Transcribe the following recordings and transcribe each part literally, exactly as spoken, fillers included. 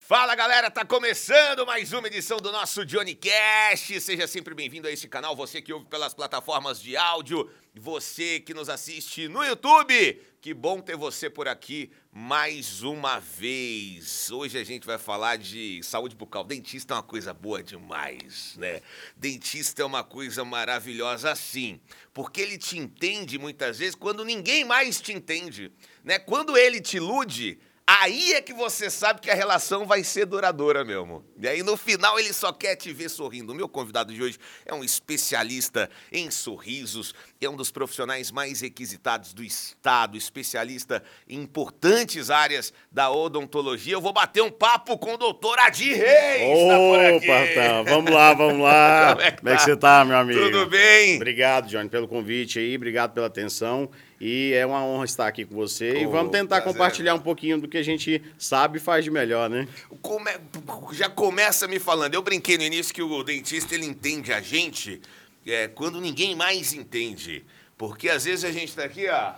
Fala galera, tá começando mais uma edição do nosso JohnnyCast. Seja sempre bem-vindo a este canal, você que ouve pelas plataformas de áudio, você que nos assiste no YouTube. Que bom ter você por aqui mais uma vez. Hoje a gente vai falar de saúde bucal. Dentista é uma coisa boa demais, né? Dentista é uma coisa maravilhosa sim, porque ele te entende muitas vezes quando ninguém mais te entende, né? Quando ele te ilude, aí é que você sabe que a relação vai ser duradoura mesmo. E aí, no final, ele só quer te ver sorrindo. O meu convidado de hoje é um especialista em sorrisos, é um dos profissionais mais requisitados do estado, especialista em importantes áreas da odontologia. Eu vou bater um papo com o doutor Adi Reis. Opa, tá. Vamos lá, vamos lá. Como é que, Como é que você tá, meu amigo? Tudo bem? Obrigado, Johnny, pelo convite aí, obrigado pela atenção. E é uma honra estar aqui com você. Oh, e vamos tentar prazer, compartilhar um pouquinho do que a gente sabe e faz de melhor, né? Come... Já começa me falando. Eu brinquei no início que o dentista ele entende a gente é, quando ninguém mais entende. Porque às vezes a gente tá aqui, ó.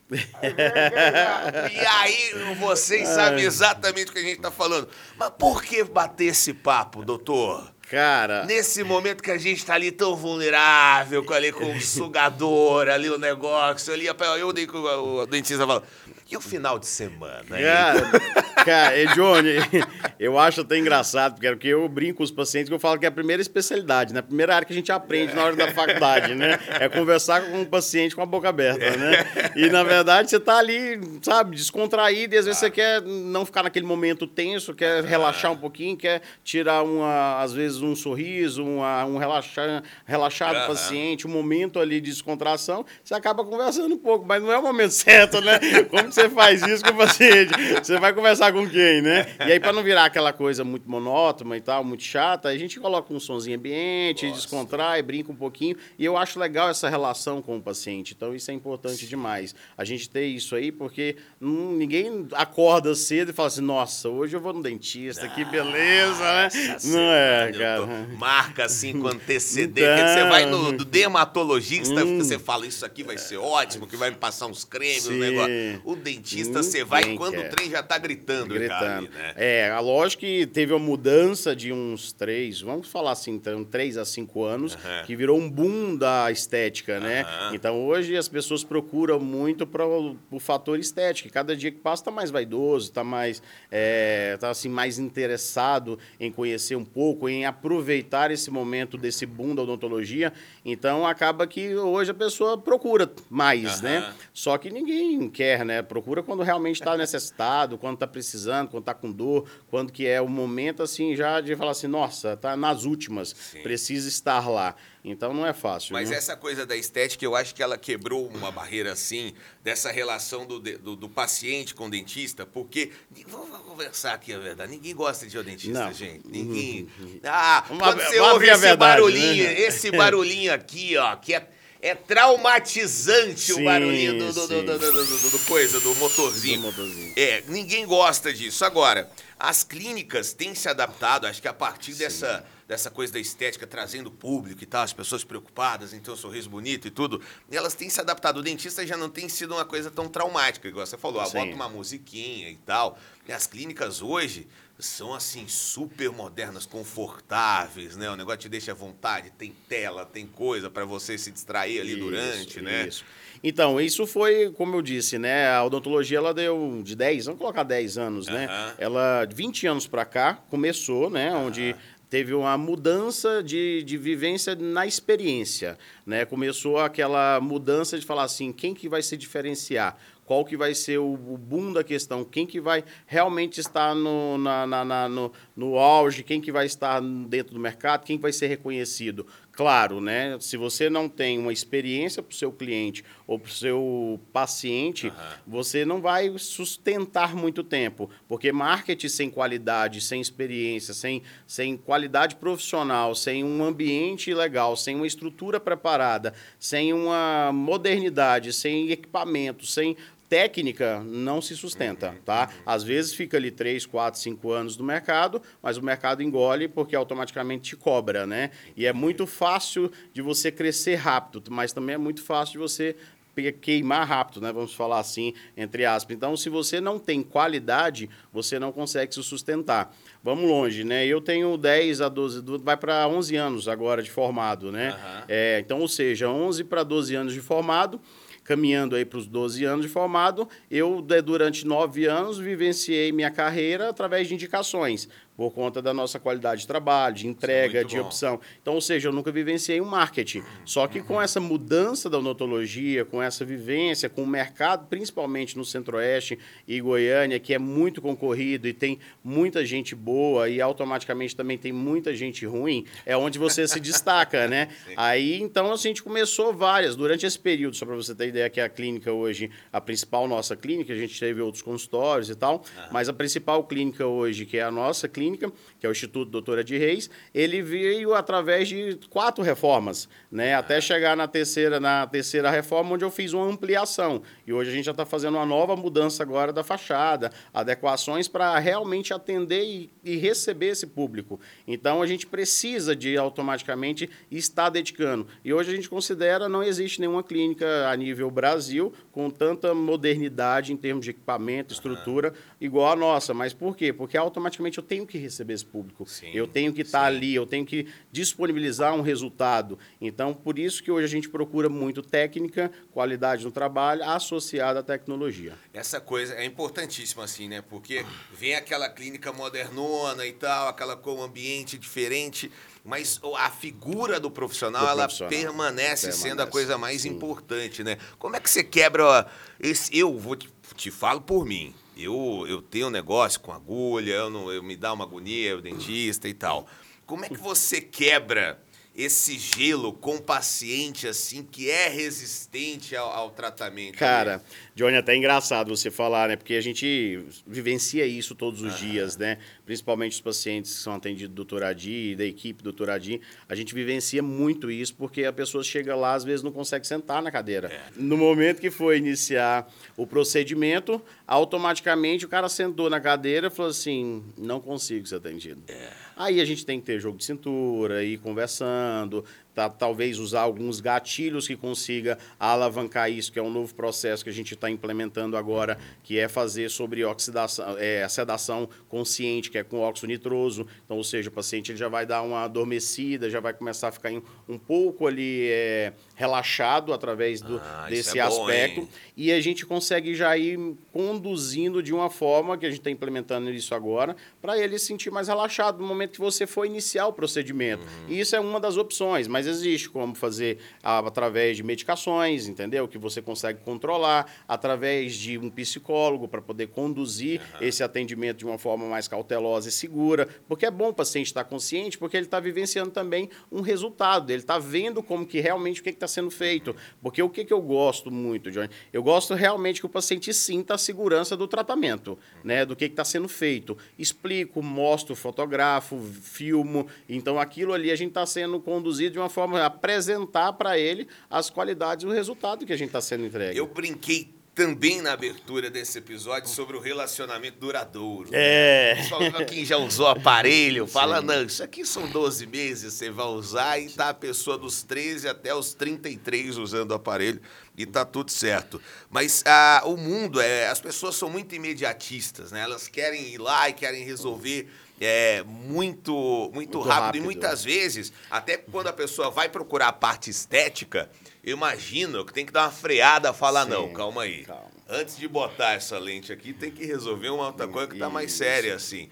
E aí vocês sabem exatamente o que a gente tá falando. Mas por que bater esse papo, doutor? Cara... Nesse momento que a gente tá ali tão vulnerável, ali com o sugador, ali o negócio, ali, eu dei com o dentista falando, e o final de semana? Cara, cara, Johnny, eu acho até engraçado, porque eu brinco com os pacientes que eu falo que é a primeira especialidade, né? A primeira área que a gente aprende na hora da faculdade, né? É conversar com um paciente com a boca aberta, né? E, na verdade, você tá ali, sabe, descontraído, e às vezes você quer não ficar naquele momento tenso, quer relaxar um pouquinho, quer tirar, uma, às vezes, um sorriso, uma, um relaxar, relaxar do paciente, um momento ali de descontração, você acaba conversando um pouco, mas não é o momento certo, né? Como que você faz isso com o paciente? Você vai conversar com quem, né? E aí, para não virar aquela coisa muito monótona e tal, muito chata, a gente coloca um sonzinho ambiente, Nossa. descontrai, brinca um pouquinho, e eu acho legal essa relação com o paciente, então isso é importante demais. A gente ter isso aí, porque hum, ninguém acorda cedo e fala assim, nossa, hoje eu vou no dentista, que beleza, né? Não é, cara. Marca assim com antecedência. Então... Você vai no do dermatologista, hum. você fala, isso aqui vai ser ótimo, que vai me passar uns cremes, um negócio. O dentista, hum, você vai quando quer. o trem já tá gritando. Gritando. Cara, ali, né? É, lógico que teve uma mudança de uns três, vamos falar assim, então, três a cinco anos, uh-huh. que virou um boom da estética, uh-huh. né? Então, hoje as pessoas procuram muito para o, o fator estético. Cada dia que passa tá mais vaidoso, tá mais, é, tá assim, mais interessado em conhecer um pouco, em aproveitar esse momento desse boom da odontologia. Então, acaba que hoje a pessoa procura mais, uh-huh. né? Só que ninguém quer, né? Procura quando realmente está necessitado, quando está precisando, quando está com dor, quando que é o momento, assim, já de falar assim, nossa, tá nas últimas, Sim. precisa estar lá. Então, não é fácil. Mas né? essa coisa da estética, eu acho que ela quebrou uma barreira, assim, dessa relação do, do, do paciente com o dentista, porque, vamos conversar aqui a verdade, ninguém gosta de ir ao dentista, não. gente. Ninguém... Ah, uma, quando você ouve esse verdade, barulhinho, né? esse barulhinho aqui, ó, que é... É traumatizante sim, o barulhinho do, do, do, do, do, do, do coisa, do motorzinho. do motorzinho. É, ninguém gosta disso. Agora, as clínicas têm se adaptado, acho que a partir dessa, dessa coisa da estética, trazendo público e tal, as pessoas preocupadas em ter um sorriso bonito e tudo, elas têm se adaptado. O dentista já não tem sido uma coisa tão traumática, igual você falou, ah, bota uma musiquinha e tal. E as clínicas hoje são, assim, super modernas, confortáveis, né? O negócio te deixa à vontade, tem tela, tem coisa para você se distrair ali isso, durante, né? Isso. Então, isso foi, como eu disse, né? A odontologia, ela deu de dez, vamos colocar dez anos, né? Uh-huh. Ela, de vinte anos para cá, começou, né? Uh-huh. Onde teve uma mudança de, de vivência na experiência, né? Começou aquela mudança de falar assim, quem que vai se diferenciar? Qual que vai ser o, o boom da questão? Quem que vai realmente estar no, na, na, na, no, no auge? Quem que vai estar dentro do mercado? Quem vai ser reconhecido? Claro, né? Se você não tem uma experiência para o seu cliente ou para o seu paciente, uhum. você não vai sustentar muito tempo, porque marketing sem qualidade, sem experiência, sem, sem qualidade profissional, sem um ambiente legal, sem uma estrutura preparada, sem uma modernidade, sem equipamento, sem técnica, não se sustenta, tá? Às vezes fica ali três, quatro, cinco anos no mercado, mas o mercado engole porque automaticamente te cobra, né? E é muito fácil de você crescer rápido, mas também é muito fácil de você queimar rápido, né? Vamos falar assim, entre aspas. Então, se você não tem qualidade, você não consegue se sustentar. Vamos longe, né? Eu tenho dez a doze, vai para onze anos agora de formado, né? Uhum. É, então, ou seja, onze para doze anos de formado, caminhando aí para os doze anos de formado, eu, durante nove anos, vivenciei minha carreira através de indicações, por conta da nossa qualidade de trabalho, de entrega, é de bom. opção. Então, ou seja, eu nunca vivenciei um marketing. Só que com essa mudança da odontologia, com essa vivência, com o mercado, principalmente no Centro-Oeste e Goiânia, que é muito concorrido e tem muita gente boa e automaticamente também tem muita gente ruim, é onde você se destaca, né? Sim. Aí, então, a gente começou várias. Durante esse período, só para você ter ideia que a clínica hoje, a principal nossa clínica, a gente teve outros consultórios e tal, ah. mas a principal clínica hoje, que é a nossa clínica, que é o Instituto Doutora de Reis, ele veio através de quatro reformas, né? Até chegar na terceira, na terceira reforma, onde eu fiz uma ampliação. E hoje a gente já está fazendo uma nova mudança agora da fachada, adequações para realmente atender e, e receber esse público. Então, a gente precisa de automaticamente estar dedicando. E hoje a gente considera, não existe nenhuma clínica a nível Brasil com tanta modernidade em termos de equipamento, estrutura, uhum. igual a nossa. Mas por quê? Porque automaticamente eu tenho que receber esse público. Sim, eu tenho que estar ali, eu tenho que disponibilizar um resultado. Então, por isso que hoje a gente procura muito técnica, qualidade no trabalho, associada à tecnologia. Essa coisa é importantíssima, assim, né? Porque vem aquela clínica modernona e tal, aquela com um ambiente diferente, mas a figura do profissional, do ela profissional. Permanece, permanece sendo a coisa mais sim. importante, né? Como é que você quebra esse... Eu vou te, te falo por mim. Eu, eu tenho um negócio com agulha, eu, não, eu me dá uma agonia, o dentista e tal. Como é que você quebra esse gelo com o paciente, assim, que é resistente ao, ao tratamento? Cara, ali? Johnny, até é engraçado você falar, né? Porque a gente vivencia isso todos os ah. dias, né? Principalmente os pacientes que são atendidos do doutor Adi, da equipe do doutor Adi. A gente vivencia muito isso, porque a pessoa chega lá, às vezes não consegue sentar na cadeira. É. No momento que foi iniciar o procedimento, automaticamente o cara sentou na cadeira e falou assim, não consigo ser atendido. É. Aí a gente tem que ter jogo de cintura, ir conversando, tá, talvez usar alguns gatilhos que consiga alavancar isso, que é um novo processo que a gente está implementando agora, que é fazer sobre oxidação, é, a sedação consciente, que é com óxido nitroso. Então, ou seja, o paciente ele já vai dar uma adormecida, já vai começar a ficar um, um pouco ali é, relaxado através do, ah, desse é bom, aspecto. Hein? E a gente consegue já ir conduzindo de uma forma, que a gente está implementando isso agora, para ele se sentir mais relaxado no momento que você for iniciar o procedimento. Uhum. E isso é uma das opções, mas existe como fazer ah, através de medicações, entendeu? Que você consegue controlar, através de um psicólogo para poder conduzir uhum. esse atendimento de uma forma mais cautelosa e segura, porque é bom o paciente estar consciente, porque ele está vivenciando também um resultado, ele está vendo como que realmente o que está sendo feito. Uhum. Porque o que, que eu gosto muito, Johnny? Eu gosto realmente que o paciente sinta a segurança do tratamento, uhum. né? Do que está sendo feito. Explico, mostro, fotografo, filmo, então aquilo ali a gente está sendo conduzido de uma forma a apresentar para ele as qualidades e o resultado que a gente está sendo entregue. Eu brinquei também na abertura desse episódio sobre o relacionamento duradouro. É. Né? Só quem já usou aparelho fala, sim. não, isso aqui são doze meses, você vai usar e tá a pessoa dos treze até os trinta e três usando o aparelho e tá tudo certo. Mas ah, o mundo, é, as pessoas são muito imediatistas, né? Elas querem ir lá e querem resolver é, muito, muito, muito rápido. rápido. E muitas vezes, até quando a pessoa vai procurar a parte estética, eu imagino que tem que dar uma freada, falar, sim, não, calma aí. Calma. Antes de botar essa lente aqui, tem que resolver uma outra coisa que está mais séria, assim.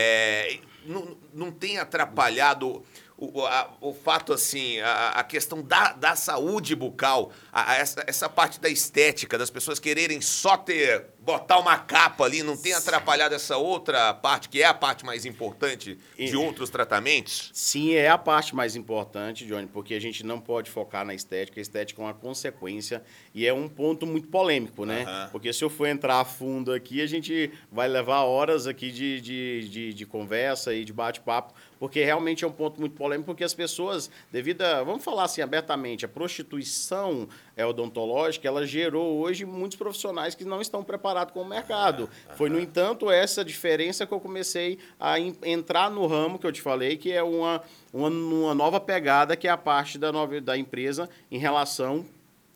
É, não, não tem atrapalhado o, a, o fato, assim, a, a questão da, da saúde bucal, a, a essa, essa parte da estética, das pessoas quererem só ter, botar uma capa ali, não tem atrapalhado essa outra parte, que é a parte mais importante de outros tratamentos? Sim, é a parte mais importante, Johnny, porque a gente não pode focar na estética. A estética é uma consequência e é um ponto muito polêmico, né? Uhum. Porque se eu for entrar a fundo aqui, a gente vai levar horas aqui de, de, de, de conversa e de bate-papo, porque realmente é um ponto muito polêmico, porque as pessoas, devido a, vamos falar assim abertamente, a prostituição odontológica, ela gerou hoje muitos profissionais que não estão preparados com o mercado. Uhum. Foi, no entanto, essa diferença que eu comecei a in, entrar no ramo que eu te falei, que é uma, uma, uma nova pegada, que é a parte da, nova, da empresa em relação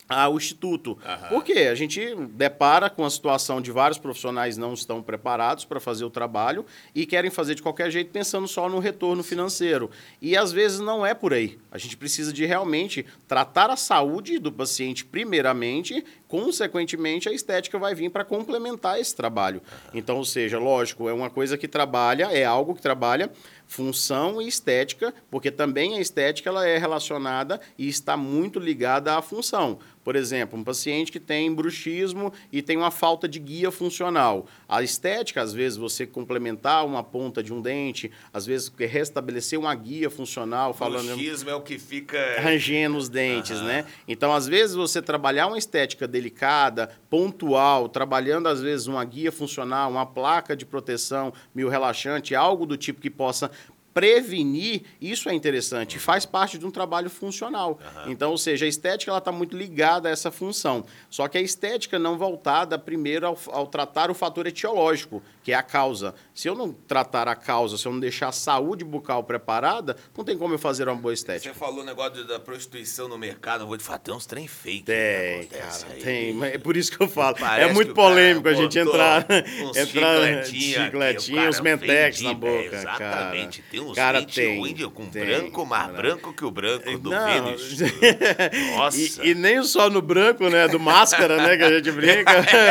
ao Instituto. Aham. Por quê? A gente depara com a situação de vários profissionais não estão preparados para fazer o trabalho e querem fazer de qualquer jeito pensando só no retorno financeiro. E às vezes não é por aí. A gente precisa de realmente tratar a saúde do paciente primeiramente, consequentemente a estética vai vir para complementar esse trabalho. Aham. Então, ou seja, lógico, é uma coisa que trabalha, é algo que trabalha função e estética, porque também a estética ela é relacionada e está muito ligada à função. Por exemplo, um paciente que tem bruxismo e tem uma falta de guia funcional. A estética, às vezes, você complementar uma ponta de um dente, às vezes restabelecer uma guia funcional. Falando, bruxismo é o que fica... rangendo os dentes, Aham. né? Então, às vezes, você trabalhar uma estética delicada, pontual, trabalhando, às vezes, uma guia funcional, uma placa de proteção, meio relaxante, algo do tipo que possa prevenir, isso é interessante, uhum. faz parte de um trabalho funcional. Uhum. Então, ou seja, a estética está muito ligada a essa função. Só que a estética não voltada primeiro ao, ao tratar o fator etiológico, que é a causa. Se eu não tratar a causa, se eu não deixar a saúde bucal preparada, não tem como eu fazer uma boa estética. Você falou o negócio da prostituição no mercado, eu vou te falar, tem uns trem fake. Tem, cara, tem. Mas é por isso que eu falo. Parece é muito polêmico a gente entrar... Uns entrar chicletinhos, uns mentex na boca, é, exatamente, cara. Tem uns cara, dentes tem, índio com tem, branco, mais cara. branco que o branco do Não. Vênus. Nossa. E, e nem só no branco, né, do máscara, né, que a gente brinca.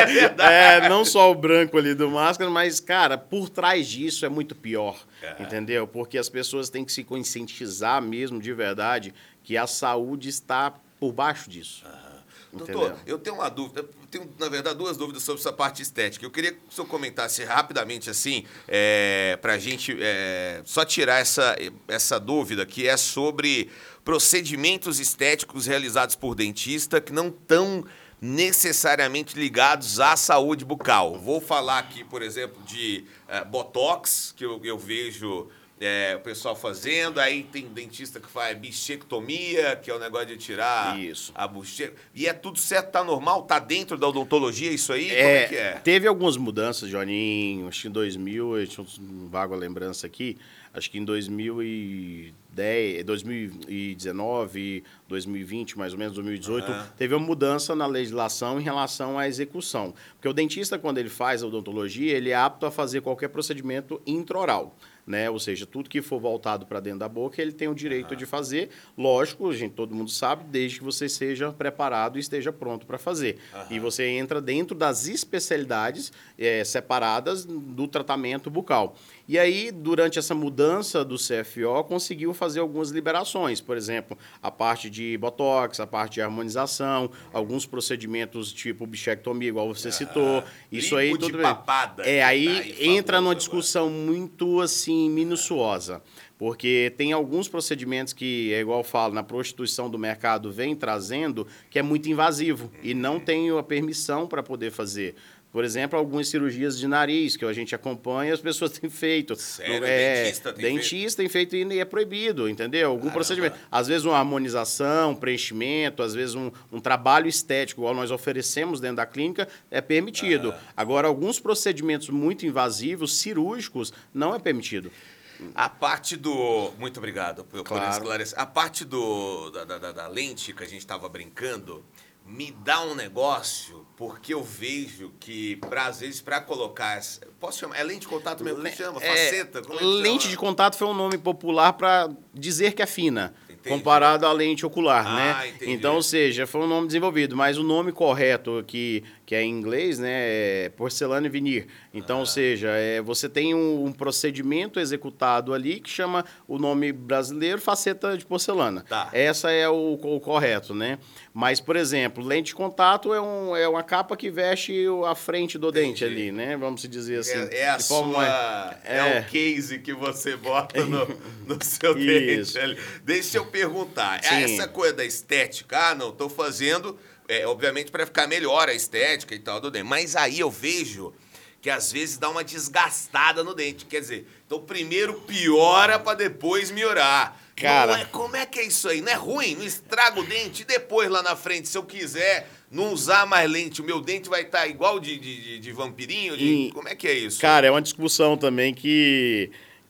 É, é, não só o branco ali do máscara, mas, cara, por trás disso é muito pior, é. entendeu? Porque as pessoas têm que se conscientizar mesmo, de verdade, que a saúde está por baixo disso. Ah. Doutor, eu tenho uma dúvida, eu tenho, na verdade, duas dúvidas sobre essa parte estética. Eu queria que o senhor comentasse rapidamente, assim, é, para a gente é, só tirar essa, essa dúvida, que é sobre procedimentos estéticos realizados por dentista que não estão necessariamente ligados à saúde bucal. Vou falar aqui, por exemplo, de é, botox, que eu, eu vejo... É, o pessoal fazendo, aí tem dentista que faz bichectomia, que é o negócio de tirar isso. a bochecha. E é tudo certo, tá normal? Tá dentro da odontologia isso aí? É, Como é que é? Teve algumas mudanças, Joninho, acho que em dois mil, eu tinha um vago a lembrança aqui, acho que em dois mil e dez, dois mil e dezenove, dois mil e vinte, mais ou menos, dois mil e dezoito, uhum. teve uma mudança na legislação em relação à execução. Porque o dentista, quando ele faz a odontologia, ele é apto a fazer qualquer procedimento intraoral. Né? Ou seja, tudo que for voltado para dentro da boca, ele tem o direito uhum. de fazer. Lógico, gente, todo mundo sabe, desde que você seja preparado e esteja pronto para fazer. Uhum. E você entra dentro das especialidades é, separadas do tratamento bucal. E aí, durante essa mudança do C F O, conseguiu fazer algumas liberações. Por exemplo, a parte de botox, a parte de harmonização, alguns procedimentos tipo bichectomia, igual você uhum. citou. Isso aí tudo de papada. É, aí, aí entra numa discussão agora. muito assim minuciosa. Porque tem alguns procedimentos que, é igual eu falo, na prostituição do mercado vem trazendo, que é muito invasivo. Uhum. E não tem a permissão para poder fazer. Por exemplo, algumas cirurgias de nariz que a gente acompanha, as pessoas têm feito. Sério? É, dentista tem dentista tem feito e é proibido, entendeu? Algum Caramba. procedimento. Às vezes uma harmonização, preenchimento, às vezes um, um trabalho estético, igual nós oferecemos dentro da clínica, é permitido. Ah. Agora, alguns procedimentos muito invasivos, cirúrgicos, não é permitido. A parte do... Muito obrigado por, claro. por esclarecer. A parte do, da, da, da lente que a gente estava brincando... me dá um negócio, porque eu vejo que, pra, às vezes, para colocar... Essa, posso chamar? É lente de contato mesmo? Como chama? É, Faceta? Como é lente chama? de contato foi um nome popular para dizer que é fina. Entendi. Comparado à lente ocular, ah, né? Entendi. Então, ou seja, foi um nome desenvolvido, mas o nome correto, que, que é em inglês, né, é porcelana e veneer. Então, ah. ou seja, é, você tem um, um procedimento executado ali que chama o nome brasileiro faceta de porcelana. Tá. Essa é o, o correto, né? Mas, por exemplo, lente de contato é, um, é uma capa que veste a frente do Entendi. dente ali, né? Vamos dizer assim. É, é a sua... É, é o case que você bota no, no seu dente ali. Deixa eu perguntar. Sim. Essa coisa da estética, ah, não, estou fazendo, é, obviamente, para ficar melhor a estética e tal do dente. Mas aí eu vejo que às vezes dá uma desgastada no dente. Quer dizer, então primeiro piora para depois melhorar. Cara, é, como é que é isso aí? Não é ruim? Não estraga o dente? E depois, lá na frente, se eu quiser não usar mais lente, o meu dente vai estar igual de, de, de vampirinho? De, e, como é que é isso? Cara, é uma discussão também que...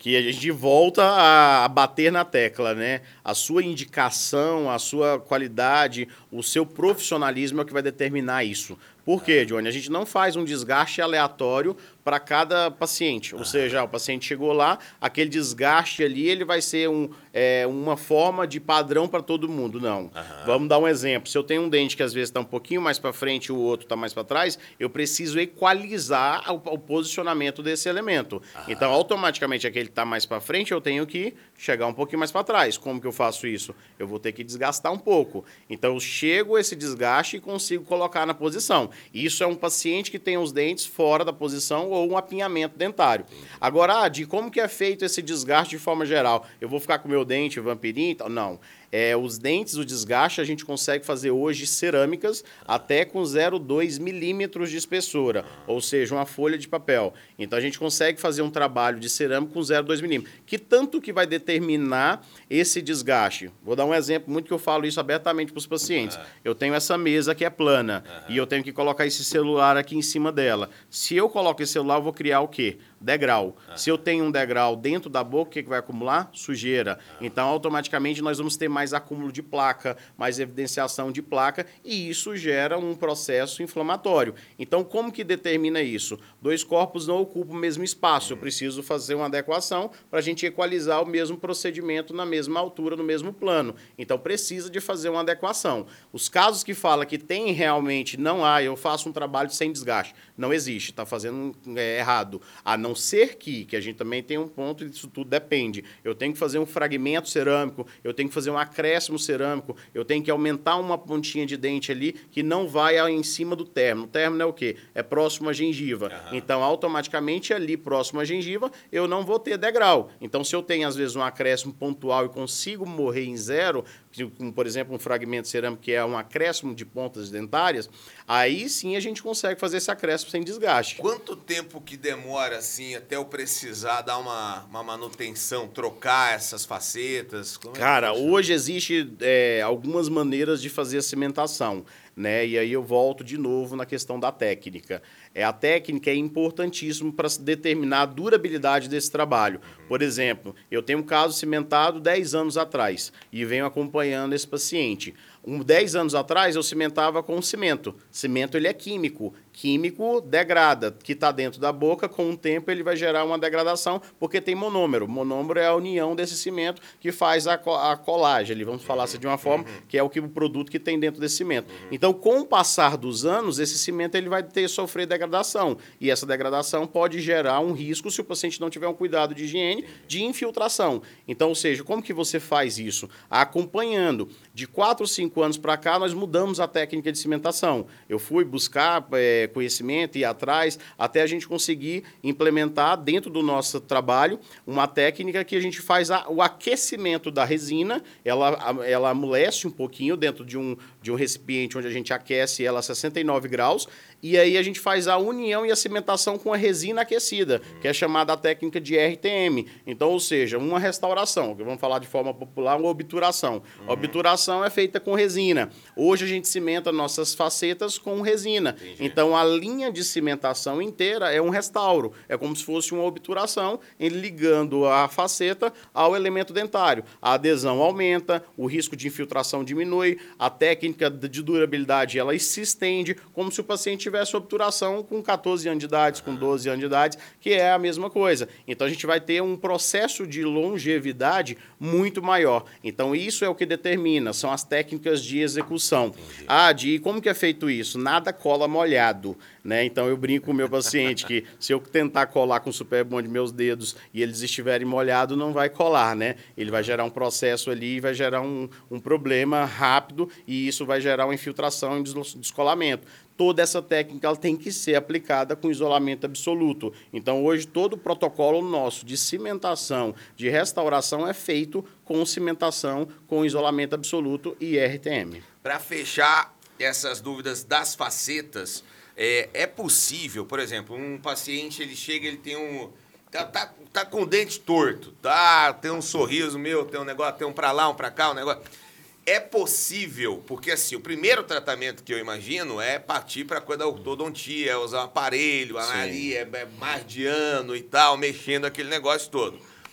que a gente volta a, a bater na tecla, né? A sua indicação, a sua qualidade, o seu profissionalismo é o que vai determinar isso. Por quê, Johnny? A gente não faz um desgaste aleatório para cada paciente. Ou ah. seja, o paciente chegou lá, aquele desgaste ali, ele vai ser um, é, uma forma de padrão para todo mundo. Não. Ah. Vamos dar um exemplo. Se eu tenho um dente que às vezes está um pouquinho mais para frente e o outro está mais para trás, eu preciso equalizar o, o posicionamento desse elemento. Ah. Então, automaticamente, aquele que está mais para frente, eu tenho que chegar um pouquinho mais para trás. Como que eu faço isso? Eu vou ter que desgastar um pouco. Então, eu chego esse desgaste e consigo colocar na posição. Isso é um paciente que tem os dentes fora da posição ou um apinhamento dentário. Agora, ah, de como que é feito esse desgaste de forma geral? Eu vou ficar com o meu dente vampirinho e tal? Não. É, os dentes, o desgaste, a gente consegue fazer hoje cerâmicas até com zero vírgula dois milímetros de espessura, ou seja, uma folha de papel. Então, a gente consegue fazer um trabalho de cerâmica com zero vírgula dois milímetros. Que tanto que vai determinar esse desgaste? Vou dar um exemplo, muito que eu falo isso abertamente para os pacientes. Eu tenho essa mesa que é plana e eu tenho que colocar esse celular aqui em cima dela. Se eu coloco esse celular, eu vou criar o quê? Degrau. Ah. Se eu tenho um degrau dentro da boca, o que, que vai acumular? Sujeira. Ah. Então, automaticamente, nós vamos ter mais acúmulo de placa, mais evidenciação de placa, e isso gera um processo inflamatório. Então, como que determina isso? Dois corpos não ocupam o mesmo espaço. Hum. Eu preciso fazer uma adequação para a gente equalizar o mesmo procedimento na mesma altura, no mesmo plano. Então, precisa de fazer uma adequação. Os casos que fala que tem realmente, não há, eu faço um trabalho sem desgaste. Não existe, está fazendo é, errado. A não ser que, que a gente também tem um ponto, isso tudo depende. Eu tenho que fazer um fragmento cerâmico, eu tenho que fazer um acréscimo cerâmico, eu tenho que aumentar uma pontinha de dente ali que não vai em cima do término. O término é o quê? É próximo à gengiva. Uhum. Então, automaticamente, ali próximo à gengiva, eu não vou ter degrau. Então, se eu tenho, às vezes, um acréscimo pontual e consigo morrer em zero, por exemplo, um fragmento cerâmico que é um acréscimo de pontas dentárias, aí sim a gente consegue fazer esse acréscimo sem desgaste. Quanto tempo que demora, assim, até eu precisar dar uma, uma manutenção, trocar essas facetas? Como Cara, é hoje existe é, algumas maneiras de fazer a cimentação, né? E aí eu volto de novo na questão da técnica. É, a técnica é importantíssima para determinar a durabilidade desse trabalho. Uhum. Por exemplo, eu tenho um caso cimentado dez anos atrás e venho acompanhando esse paciente. Um, dez anos atrás, eu cimentava com cimento. Cimento, ele é químico. Químico degrada, que está dentro da boca, com o tempo ele vai gerar uma degradação, porque tem monômero. Monômero é a união desse cimento que faz a, co a colagem, ali, vamos falar assim de uma forma, que é o, que, o produto que tem dentro desse cimento. Então, com o passar dos anos, esse cimento ele vai ter sofrer degradação. E essa degradação pode gerar um risco, se o paciente não tiver um cuidado de higiene, de infiltração. Então, ou seja, como que você faz isso? Acompanhando. De quatro, cinco anos para cá, nós mudamos a técnica de cimentação. Eu fui buscar é, conhecimento e ir atrás, até a gente conseguir implementar dentro do nosso trabalho uma técnica que a gente faz a, o aquecimento da resina, ela, ela amolece um pouquinho dentro de um, de um recipiente onde a gente aquece ela a sessenta e nove graus, e aí a gente faz a união e a cimentação com a resina aquecida, que é chamada a técnica de R T M. Então, ou seja, uma restauração, que vamos falar de forma popular, uma obturação. Uhum. A obturação é feita com resina. Hoje a gente cimenta nossas facetas com resina. Entendi. Então, a linha de cimentação inteira é um restauro. É como se fosse uma obturação em ligando a faceta ao elemento dentário. A adesão aumenta, o risco de infiltração diminui, a técnica de durabilidade ela se estende, como se o paciente tivesse obturação com quatorze anos de idade, com doze anos de idade, que é a mesma coisa. Então, a gente vai ter um processo de longevidade muito maior. Então, isso é o que determina, são as técnicas de execução. Entendi. Ah, de como que é feito isso? Nada cola molhado, né? Então, eu brinco com o meu paciente que se eu tentar colar com super bond meus dedos e eles estiverem molhados, não vai colar, né? Ele vai gerar um processo ali, vai gerar um, um problema rápido e isso vai gerar uma infiltração e descolamento. Toda essa técnica ela tem que ser aplicada com isolamento absoluto. Então, hoje, todo o protocolo nosso de cimentação, de restauração, é feito com cimentação, com isolamento absoluto e R T M. Para fechar essas dúvidas das facetas, é, é possível, por exemplo, um paciente, ele chega, ele tem um... Tá, tá, tá com o dente torto, tá? Tem um sorriso meu, tem um negócio, tem um para lá, um para cá, um negócio... É possível, porque assim, o primeiro tratamento que eu imagino é partir para a coisa da ortodontia, é usar um aparelho, ali é, é mais de ano e tal, mexendo aquele negócio todo.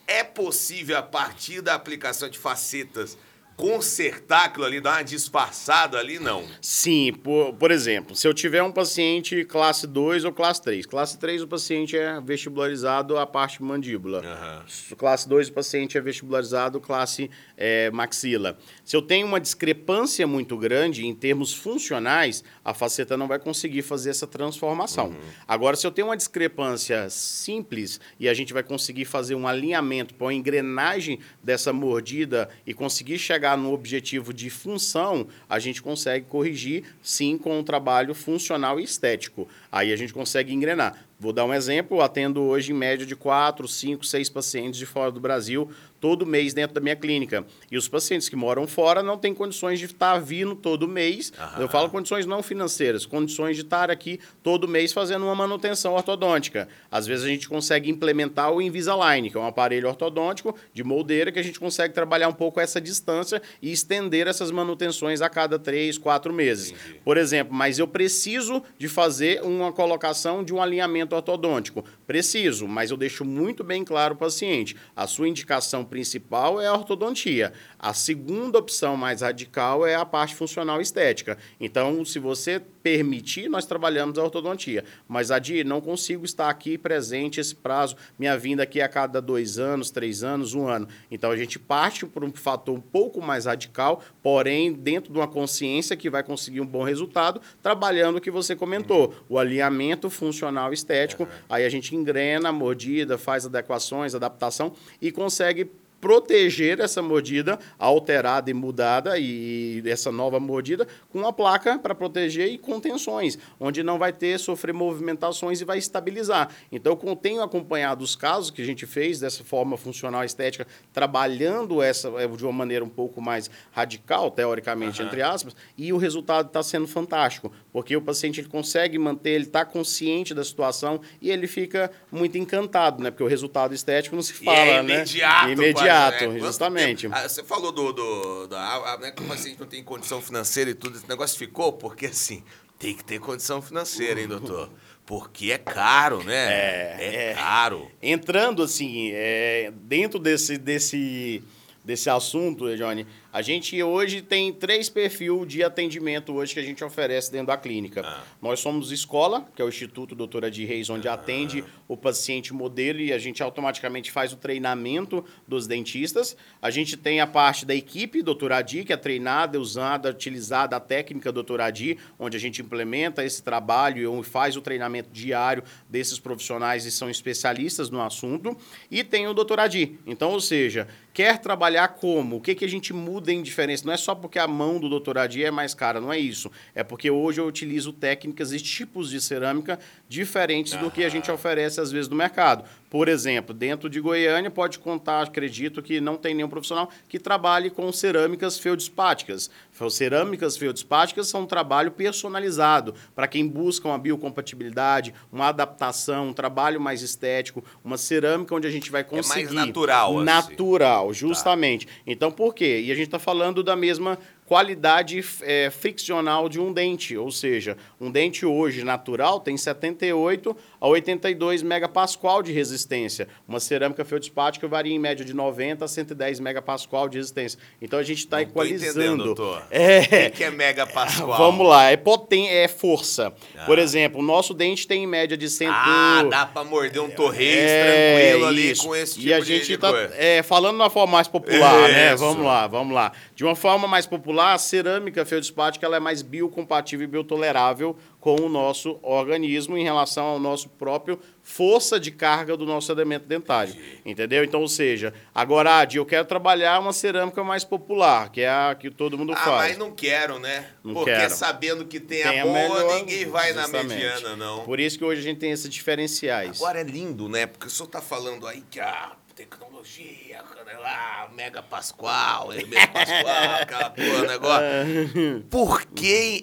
É possível, a partir da aplicação de facetas, consertar aquilo ali, dar uma disfarçada ali, não? Sim, por, por exemplo, se eu tiver um paciente classe dois ou classe três. Classe três, o paciente é vestibularizado a parte mandíbula. Uhum. Classe dois, o paciente é vestibularizado classe é, maxila. Se eu tenho uma discrepância muito grande em termos funcionais, a faceta não vai conseguir fazer essa transformação. Uhum. Agora, se eu tenho uma discrepância simples e a gente vai conseguir fazer um alinhamento para a engrenagem dessa mordida e conseguir chegar no objetivo de função, a gente consegue corrigir, sim, com um trabalho funcional e estético. Aí a gente consegue engrenar. Vou dar um exemplo, eu atendo hoje em média de quatro, cinco, seis pacientes de fora do Brasil, todo mês dentro da minha clínica. E os pacientes que moram fora não têm condições de estar vindo todo mês. Aham. Eu falo condições não financeiras, condições de estar aqui todo mês fazendo uma manutenção ortodôntica. Às vezes a gente consegue implementar o Invisalign, que é um aparelho ortodôntico de moldeira, que a gente consegue trabalhar um pouco essa distância e estender essas manutenções a cada três, quatro meses. Entendi. Por exemplo, mas eu preciso de fazer uma colocação de um alinhamento ortodôntico. Preciso, mas eu deixo muito bem claro para o paciente. A sua indicação principal é a ortodontia. A segunda opção mais radical é a parte funcional estética. Então, se você permitir, nós trabalhamos a ortodontia. Mas, Adi, não consigo estar aqui presente esse prazo. Minha vinda aqui é a cada dois anos, três anos, um ano. Então, a gente parte por um fator um pouco mais radical, porém, dentro de uma consciência que vai conseguir um bom resultado, trabalhando o que você comentou, o alinhamento funcional estético. Uhum. Aí a gente engrena a mordida, faz adequações, adaptação e consegue proteger essa mordida alterada e mudada e essa nova mordida com uma placa para proteger e contenções, onde não vai ter, sofrer movimentações e vai estabilizar. Então, eu tenho acompanhado os casos que a gente fez dessa forma funcional estética, trabalhando essa de uma maneira um pouco mais radical, teoricamente, uhum. entre aspas, e o resultado está sendo fantástico, porque o paciente ele consegue manter, ele está consciente da situação e ele fica muito encantado, né? Porque o resultado estético não se fala, e é né? Imediato, imediato. Imediato, né? Justamente. Ah, você falou do, do, do ah, né, que o paciente não tem condição financeira e tudo, esse negócio ficou, porque assim, tem que ter condição financeira, hein, doutor? Porque é caro, né? É, é, é caro. Entrando, assim, é, dentro desse, desse, desse assunto, Johnny, a gente hoje tem três perfis de atendimento hoje que a gente oferece dentro da clínica. Ah. Nós somos escola, que é o Instituto Doutor Adi Reis, onde ah. atende o paciente modelo e a gente automaticamente faz o treinamento dos dentistas. A gente tem a parte da equipe Doutor Adi, que é treinada, usada, utilizada a técnica Doutor Adi, onde a gente implementa esse trabalho e faz o treinamento diário desses profissionais e são especialistas no assunto. E tem o Doutor Adi. Então, ou seja, quer trabalhar como? O que, que a gente muda em diferença? Não é só porque a mão do doutor Adi é mais cara, não é isso. É porque hoje eu utilizo técnicas e tipos de cerâmica diferentes ah. do que a gente oferece, às vezes, no mercado. Por exemplo, dentro de Goiânia, pode contar, acredito que não tem nenhum profissional que trabalhe com cerâmicas feldspáticas. Cerâmicas feldspáticas são um trabalho personalizado para quem busca uma biocompatibilidade, uma adaptação, um trabalho mais estético, uma cerâmica onde a gente vai conseguir... É mais natural. Natural, assim. Justamente. Tá. Então, por quê? E a gente está falando da mesma qualidade é, friccional de um dente, ou seja, um dente hoje natural tem setenta e oito a oitenta e dois megapascal de resistência. Uma cerâmica feldspática varia em média de noventa a cento e dez megapascal de resistência. Então a gente está equalizando. Doutor. É, o que é megapascal? Vamos lá, é potência, é força. Ah. Por exemplo, o nosso dente tem em média de cento... Ah, dá para morder um torrês é, tranquilo ali isso. Com esse tipo e a de, gente de tá, coisa. É, falando de uma forma mais popular, isso. né? Vamos lá, vamos lá. De uma forma mais popular, a cerâmica feldspática ela é mais biocompatível e biotolerável com o nosso organismo em relação ao nosso próprio força de carga do nosso elemento dentário. Sim. Entendeu? Então, ou seja, agora, Adi, eu quero trabalhar uma cerâmica mais popular, que é a que todo mundo ah, faz. Ah, mas não quero, né? Não Porque quero. Sabendo que tem, tem a boa, a melhor, ninguém vai justamente. Na mediana, não. Por isso que hoje a gente tem esses diferenciais. Agora é lindo, né? Porque o senhor está falando aí que a tecnologia, lá, Mega Pascoal, Mega Pascoal, aquela porra, negócio. Por que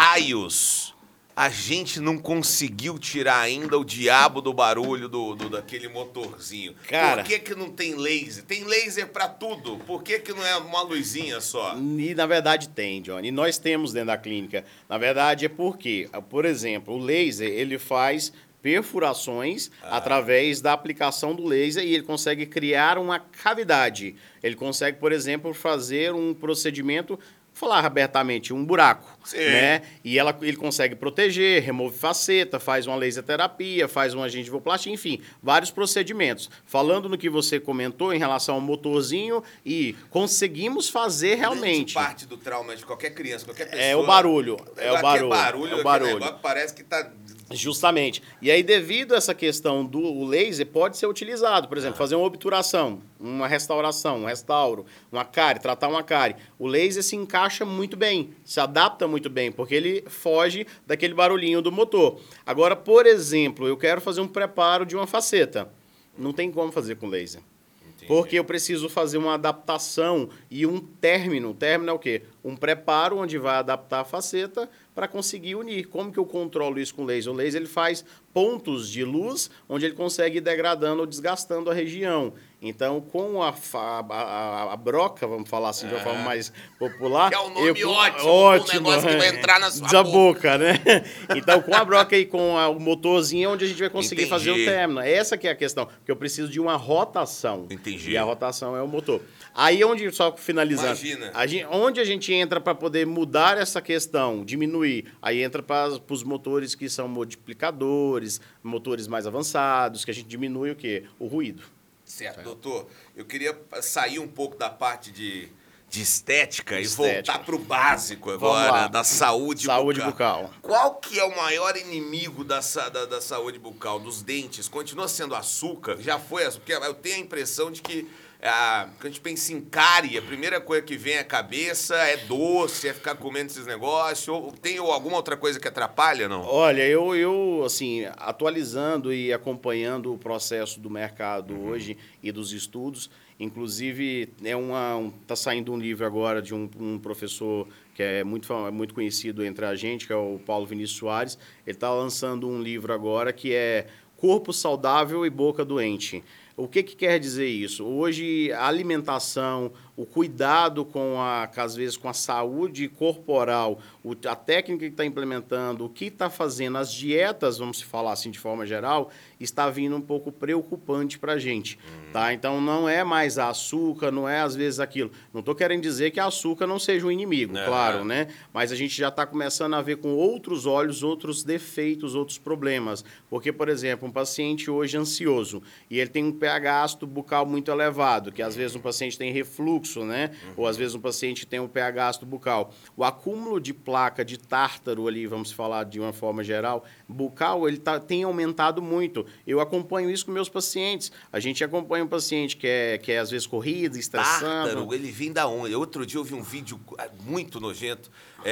raios a gente não conseguiu tirar ainda o diabo do barulho do, do daquele motorzinho? Cara, por que que não tem laser? Tem laser pra tudo. Por que que não é uma luzinha só? E, na verdade, tem, Johnny. E nós temos dentro da clínica. Na verdade, é porque, por exemplo, o laser, ele faz perfurações ah. através da aplicação do laser e ele consegue criar uma cavidade. Ele consegue, por exemplo, fazer um procedimento, falar abertamente, um buraco, Sim. né? E ela, ele consegue proteger, remove faceta, faz uma laser terapia, faz uma gengivoplastia, enfim, vários procedimentos. Falando no que você comentou em relação ao motorzinho, e conseguimos fazer realmente. Grande parte do trauma de qualquer criança, qualquer pessoa. É o barulho, é o barulho. barulho, é o barulho. negócio parece que tá... Justamente. E aí, devido a essa questão do laser, pode ser utilizado, por exemplo, ah. fazer uma obturação, uma restauração, um restauro, uma cárie, tratar uma cárie. O laser se encaixa muito bem, se adapta muito bem, porque ele foge daquele barulhinho do motor. Agora, por exemplo, eu quero fazer um preparo de uma faceta. Não tem como fazer com laser. Entendi. Porque eu preciso fazer uma adaptação e um término. O término é o quê? Um preparo onde vai adaptar a faceta para conseguir unir. Como que eu controlo isso com o laser? O laser ele faz pontos de luz onde ele consegue ir degradando ou desgastando a região. Então, com a, a, a, a broca, vamos falar assim de uma é. forma mais popular... Que é um nome eu, ótimo, ótimo, um negócio que vai entrar na sua da boca. boca, né? Então, com a broca e com a, o motorzinho é onde a gente vai conseguir Entendi. fazer o término. Essa que é a questão, porque eu preciso de uma rotação. Entendi. E a rotação é o motor. Aí, onde, só finalizando... Imagina. A gente, onde a gente entra para poder mudar essa questão, diminuir, aí entra para os motores que são multiplicadores, motores mais avançados, que a gente diminui o quê? O ruído. Certo, é. doutor. Eu queria sair um pouco da parte de, de estética, estética e voltar para o básico agora, da saúde, saúde bucal. bucal. Qual que é o maior inimigo da, da, da saúde bucal, dos dentes? Continua sendo açúcar? Já foi açúcar? Porque eu tenho a impressão de que Ah, quando a gente pensa em cárie, a primeira coisa que vem à cabeça é doce, é ficar comendo esses negócios. Ou tem alguma outra coisa que atrapalha, não? Olha, eu, eu assim, atualizando e acompanhando o processo do mercado uhum. hoje e dos estudos, inclusive é uma, um, tá saindo um livro agora de um, um professor que é muito, muito conhecido entre a gente, que é o Paulo Vinícius Soares. Ele está lançando um livro agora que é Corpo Saudável e Boca Doente. O que, que quer dizer isso? Hoje, a alimentação, o cuidado com a, às vezes, com a saúde corporal, o, a técnica que está implementando, o que está fazendo, as dietas, vamos falar assim de forma geral, está vindo um pouco preocupante para a gente. Uhum. Tá? Então, não é mais açúcar, não é às vezes aquilo. Não estou querendo dizer que açúcar não seja um inimigo, é. claro, né? Mas a gente já está começando a ver com outros olhos, outros defeitos, outros problemas. Porque, por exemplo, um paciente hoje ansioso e ele tem um pH ácido bucal muito elevado, que às vezes um paciente tem refluxo, né? Uhum. Ou às vezes um paciente tem um pH ácido bucal. O acúmulo de placa de tártaro ali, vamos falar de uma forma geral, bucal, ele tá, tem aumentado muito. Eu acompanho isso com meus pacientes. A gente acompanha um paciente que é, que é às vezes corrido, estressando. Tártaro, ele vem da onde? Outro dia eu vi um vídeo muito nojento,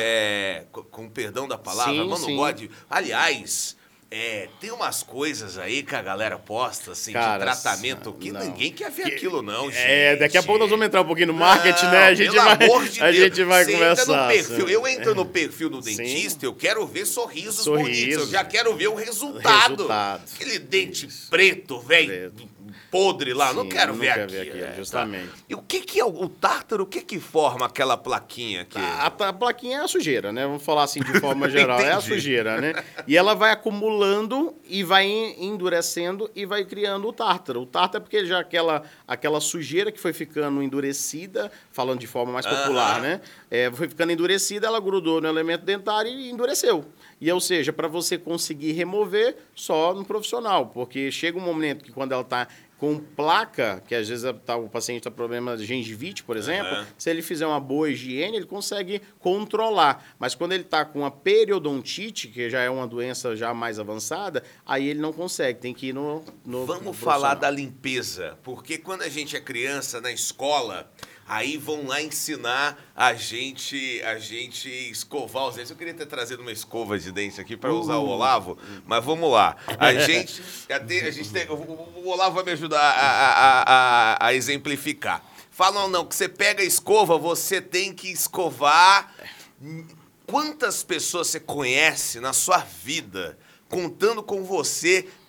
é, com, com perdão da palavra, sim, mano, sim. God. Aliás... É, tem umas coisas aí que a galera posta, assim, Cara, de tratamento, que não. ninguém quer ver que, aquilo, não, gente. É, daqui a pouco nós vamos entrar um pouquinho no marketing, não, né? A gente pelo vai, amor de a Deus. gente vai Você conversar. Entra no perfil, eu entro no perfil do dentista, Sim. eu quero ver sorrisos Sorriso. bonitos, eu já quero ver o resultado. resultado. Aquele dente Isso. preto, velho, podre lá, Sim, não quero não ver quer aqui. Ver aquilo, é, justamente. Tá. E o que, que é o, o tártaro, o que que forma aquela plaquinha aqui? A, a plaquinha é a sujeira, né? Vamos falar assim de forma geral, é a sujeira, né? E ela vai acumulando e vai endurecendo e vai criando o tártaro. O tártaro é porque já aquela, aquela sujeira que foi ficando endurecida, falando de forma mais popular, uh-huh. né? É, foi ficando endurecida, ela grudou no elemento dentário e endureceu. E, ou seja, para você conseguir remover, só no profissional, porque chega um momento que quando ela está com placa, que às vezes tá, o paciente está com problema de gengivite, por exemplo, uhum. se ele fizer uma boa higiene, ele consegue controlar. Mas quando ele está com a periodontite, que já é uma doença já mais avançada, aí ele não consegue, tem que ir no, no Vamos no falar da limpeza, porque quando a gente é criança na escola, aí vão lá ensinar a gente, a gente escovar os dentes. Eu queria ter trazido uma escova de dente aqui para usar o Olavo, mas vamos lá. A gente, a gente tem, o Olavo vai me ajudar a, a, a, a exemplificar. Falam, não, que você pega a escova, você tem que escovar. Quantas pessoas você conhece na sua vida, contando com você,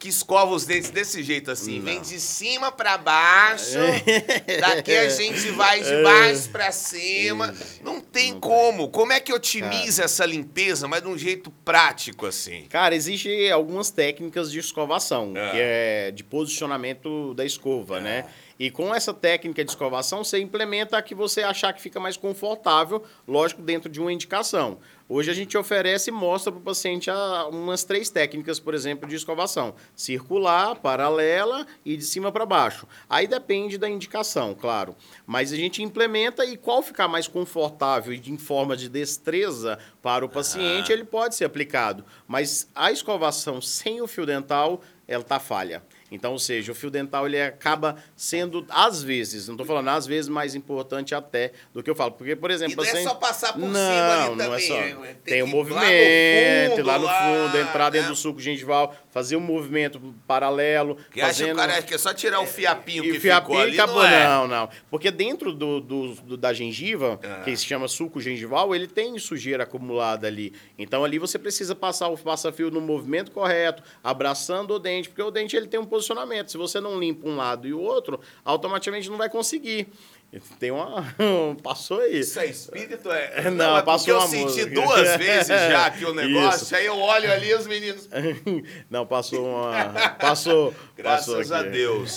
que escova os dentes desse jeito assim. Não. Vem de cima pra baixo, daqui a gente vai de baixo pra cima. Não tem Não como. Tem. Como é que otimiza cara. essa limpeza, mas de um jeito prático assim? Cara, existem algumas técnicas de escovação, é. que é de posicionamento da escova, é. né? E com essa técnica de escovação, você implementa a que você achar que fica mais confortável, lógico, dentro de uma indicação. Hoje a gente oferece e mostra para o paciente umas três técnicas, por exemplo, de escovação. Circular, paralela e de cima para baixo. Aí depende da indicação, claro. Mas a gente implementa e qual ficar mais confortável e em forma de destreza para o paciente, ah. ele pode ser aplicado. Mas a escovação sem o fio dental, ela está falha. Então, ou seja, o fio dental ele acaba sendo, às vezes, não estou falando às vezes, mais importante até do que eu falo. Porque, por exemplo... E não paciente... é só passar por não, cima ali não também. É só... Tem, Tem o que movimento, lá no fundo, lá no fundo lá, entrar dentro né? do suco gengival, fazer um movimento paralelo. Que fazendo... acha que o cara que é só tirar o fiapinho e que o fiapinho ficou ali, acabou, não é? Não, não. Porque dentro do, do, do da gengiva, ah. que se chama suco gengival, ele tem sujeira acumulada ali. Então, ali você precisa passar o passa-fio no movimento correto, abraçando o dente, porque o dente ele tem um posicionamento. Se você não limpa um lado e o outro, automaticamente não vai conseguir. Tem uma... Passou aí. Isso é espírito? É... Não, não é passou uma eu senti música. duas vezes já aqui o negócio, Isso. aí eu olho ali os meninos... Não, passou uma... Passou. Graças passou a Deus.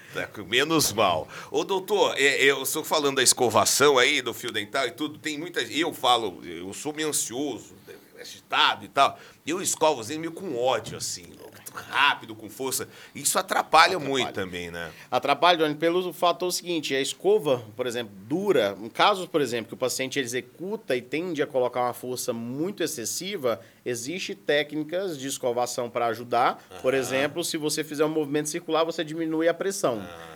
Menos mal. Ô, doutor, eu estou falando da escovação aí, do fio dental e tudo, tem muita... Eu falo, eu sou meio ansioso, agitado e tal, e eu escovo os dentes meio com ódio, assim, rápido, com força. Isso atrapalha, atrapalha. muito também, né? Atrapalha, Johnny, pelo fator seguinte, a escova, por exemplo, dura, em casos, por exemplo, que o paciente executa e tende a colocar uma força muito excessiva, existem técnicas de escovação para ajudar. Uhum. Por exemplo, se você fizer um movimento circular, você diminui a pressão. Uhum.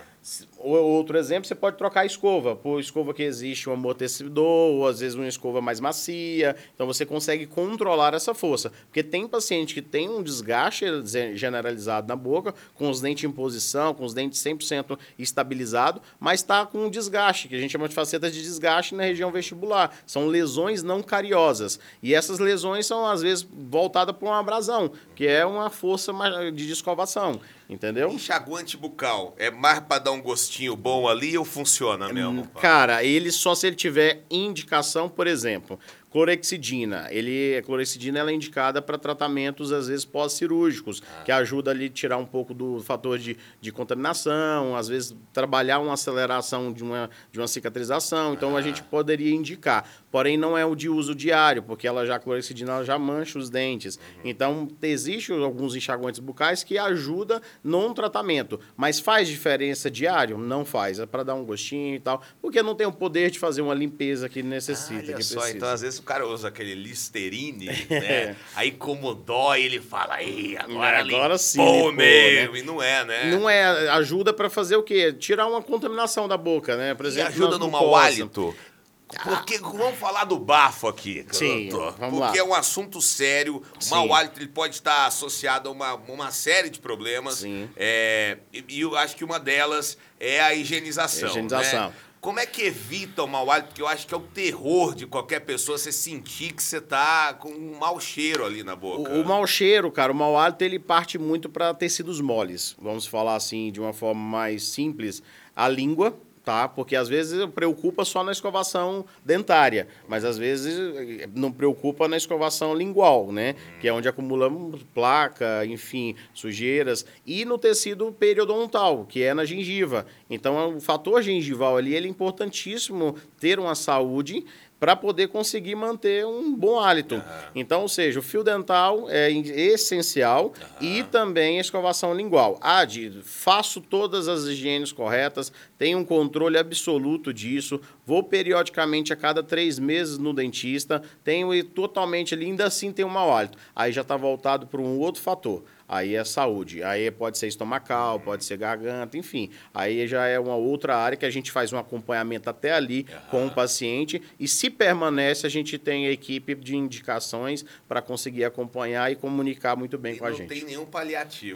Outro exemplo, você pode trocar a escova. Por escova que existe um amortecedor, ou às vezes uma escova mais macia. Então, você consegue controlar essa força. Porque tem paciente que tem um desgaste generalizado na boca, com os dentes em posição, com os dentes cem por cento estabilizados, mas está com um desgaste, que a gente chama de facetas de desgaste na região vestibular. São lesões não cariosas. E essas lesões são, às vezes, voltadas por uma abrasão, que é uma força de escovação. Entendeu? Enxaguante bucal é mais para dar um gostinho bom ali ou funciona mesmo? Cara, ele só se ele tiver indicação, por exemplo, clorexidina. Ele, a clorexidina ela é indicada para tratamentos, às vezes, pós-cirúrgicos, ah. que ajuda ali a tirar um pouco do fator de, de contaminação, às vezes trabalhar uma aceleração de uma, de uma cicatrização. Então, ah. a gente poderia indicar. Porém, não é o de uso diário, porque ela já, a clorexidina ela já mancha os dentes. Uhum. Então, existem alguns enxaguantes bucais que ajudam no tratamento. Mas faz diferença diário? Não faz. É para dar um gostinho e tal, porque não tem o poder de fazer uma limpeza que necessita. Olha que só, precisa. Então, às vezes, o cara usa aquele Listerine, né? Aí, como dói, ele fala, aí, agora, agora sim, limpou mesmo. Né? E não é, né? Não é. Ajuda para fazer o quê? Tirar uma contaminação da boca, né? Por exemplo, e ajuda no mau hálito. Porque vamos falar do bafo aqui, Sim, doutor. Vamos Porque lá. é um assunto sério. O Sim. mau hálito ele pode estar associado a uma, uma série de problemas. Sim. É, e, e eu acho que uma delas é a higienização. Higienização. Né? Como é que evita o mau hálito? Porque eu acho que é o terror de qualquer pessoa você sentir que você tá com um mau cheiro ali na boca. O, o mau cheiro, cara, o mau hálito, ele parte muito para tecidos moles. Vamos falar assim, de uma forma mais simples. A língua, tá? Porque às vezes preocupa só na escovação dentária, mas às vezes não preocupa na escovação lingual, né? Hum. Que é onde acumulamos placa, enfim, sujeiras. E no tecido periodontal, que é na gengiva. Então, o fator gengival ali, ele é importantíssimo ter uma saúde para poder conseguir manter um bom hálito. Uhum. Então, ou seja, o fio dental é essencial uhum. e também a escovação lingual. Ah, de, faço todas as higienes corretas, tenho um controle absoluto disso, vou periodicamente a cada três meses no dentista, tenho totalmente ali, ainda assim tem um mau hálito. Aí já está voltado para um outro fator. Aí é saúde, aí pode ser estomacal, pode ser garganta, enfim. Aí já é uma outra área que a gente faz um acompanhamento até ali uhum. com o paciente e se permanece, a gente tem a equipe de indicações para conseguir acompanhar e comunicar muito bem e com a gente. Não tem nenhum paliativo,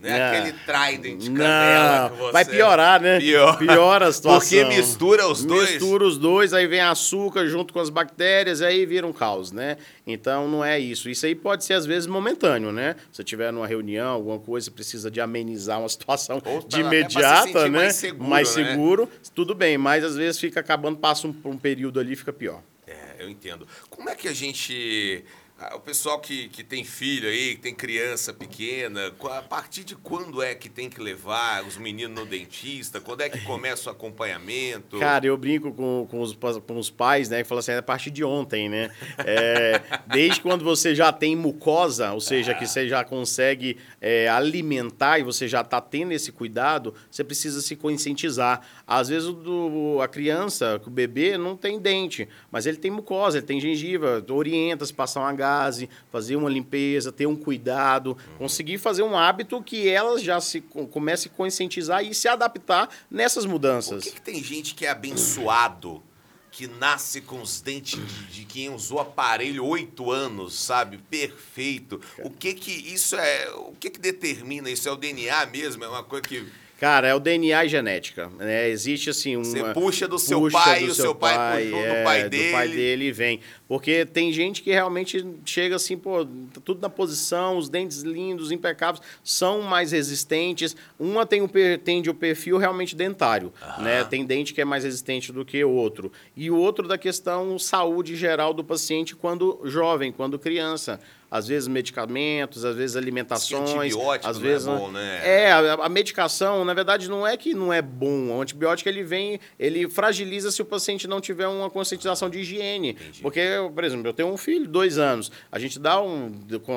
Não é, é. aquele Trident de Não, canela que você... vai piorar, né? Pior. Piora a situação. Porque mistura os dois. Mistura os dois, aí vem açúcar junto com as bactérias, aí vira um caos, né? Então, não é isso. Isso aí pode ser, às vezes, momentâneo, né? Se você estiver numa reunião, alguma coisa, precisa de amenizar uma situação Ou de imediata, né? Mais seguro, mais né? seguro, tudo bem. Mas, às vezes, fica acabando, passa um, um período ali e fica pior. É, eu entendo. Como é que a gente... O pessoal que, que tem filho aí, que tem criança pequena, a partir de quando é que tem que levar os meninos no dentista? Quando é que começa o acompanhamento? Cara, eu brinco com, com, os, com os pais, né? Que falam assim, é a partir de ontem, né? É, desde quando você já tem mucosa, ou seja, ah. que você já consegue é, alimentar e você já está tendo esse cuidado, você precisa se conscientizar. Às vezes o, a criança, o bebê, não tem dente, mas ele tem mucosa, ele tem gengiva, orienta se passar uma gase, fazer uma limpeza, ter um cuidado, uhum. conseguir fazer um hábito que elas já se comece a conscientizar e se adaptar nessas mudanças. Por que, que tem gente que é abençoado, que nasce com os dentes de, de quem usou aparelho oito anos, sabe? Perfeito. O que que isso é? O que que determina isso? É o D N A mesmo? É uma coisa que... Cara, é o D N A e genética, né? Existe assim uma... Você puxa do seu puxa pai e o seu, seu pai, pai puxou é, do pai dele. do pai dele e vem. Porque tem gente que realmente chega assim, pô, tudo na posição, os dentes lindos, impecáveis, são mais resistentes. Uma tem o, tende o perfil realmente dentário, Aham. né? Tem dente que é mais resistente do que o outro. E o outro da questão saúde geral do paciente quando jovem, quando criança. Às vezes medicamentos, às vezes alimentações. Antibiótico às vezes não é bom, né? É, a, a medicação, na verdade, não é que não é bom. O antibiótico, ele vem, ele fragiliza se o paciente não tiver uma conscientização de higiene. Entendi. Porque, por exemplo, eu tenho um filho, dois anos. A gente dá, um,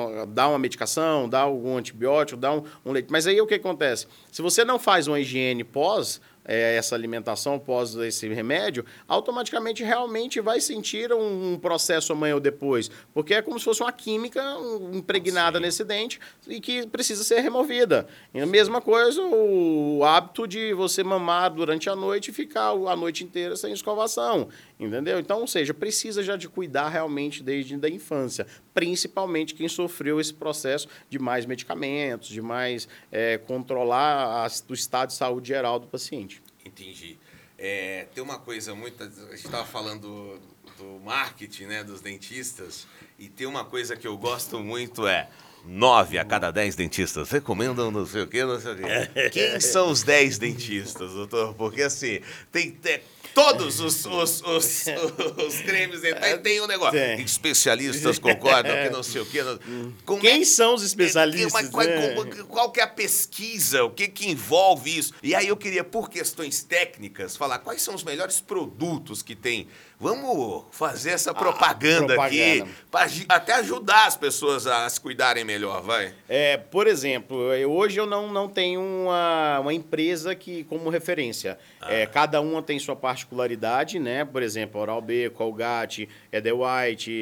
dá uma medicação, dá algum antibiótico, dá um, um leite. Mas aí o que acontece? Se você não faz uma higiene pós... É, essa alimentação pós esse remédio, automaticamente realmente vai sentir um, um processo amanhã ou depois. Porque é como se fosse uma química impregnada Sim. nesse dente e que precisa ser removida. E a mesma coisa, o hábito de você mamar durante a noite e ficar a noite inteira sem escovação. Entendeu? Então, ou seja, precisa já de cuidar realmente desde a infância. Principalmente quem sofreu esse processo de mais medicamentos, de mais é, controlar a, o estado de saúde geral do paciente. Entendi. É, tem uma coisa muito... A gente estava falando do, do marketing, né, dos dentistas, e tem uma coisa que eu gosto muito é... Nove a cada dez dentistas recomendam não sei o quê, não sei o quê. Quem são os dez dentistas, doutor? Porque, assim, tem... tem todos os, os, os, os cremes dentais tem um negócio. Tem. Especialistas concordam que não sei o quê. Como Quem é, são os especialistas? Mas qual, né? qual, qual que é a pesquisa? O que, que envolve isso? E aí eu queria, por questões técnicas, falar quais são os melhores produtos que tem. Vamos fazer essa propaganda, ah, propaganda. aqui para até ajudar as pessoas a se cuidarem melhor, vai? É, por exemplo, hoje eu não, não tenho uma, uma empresa que como referência. Ah. É, cada uma tem sua particularidade, né? Por exemplo, Oral-B, Colgate, Edelweiss,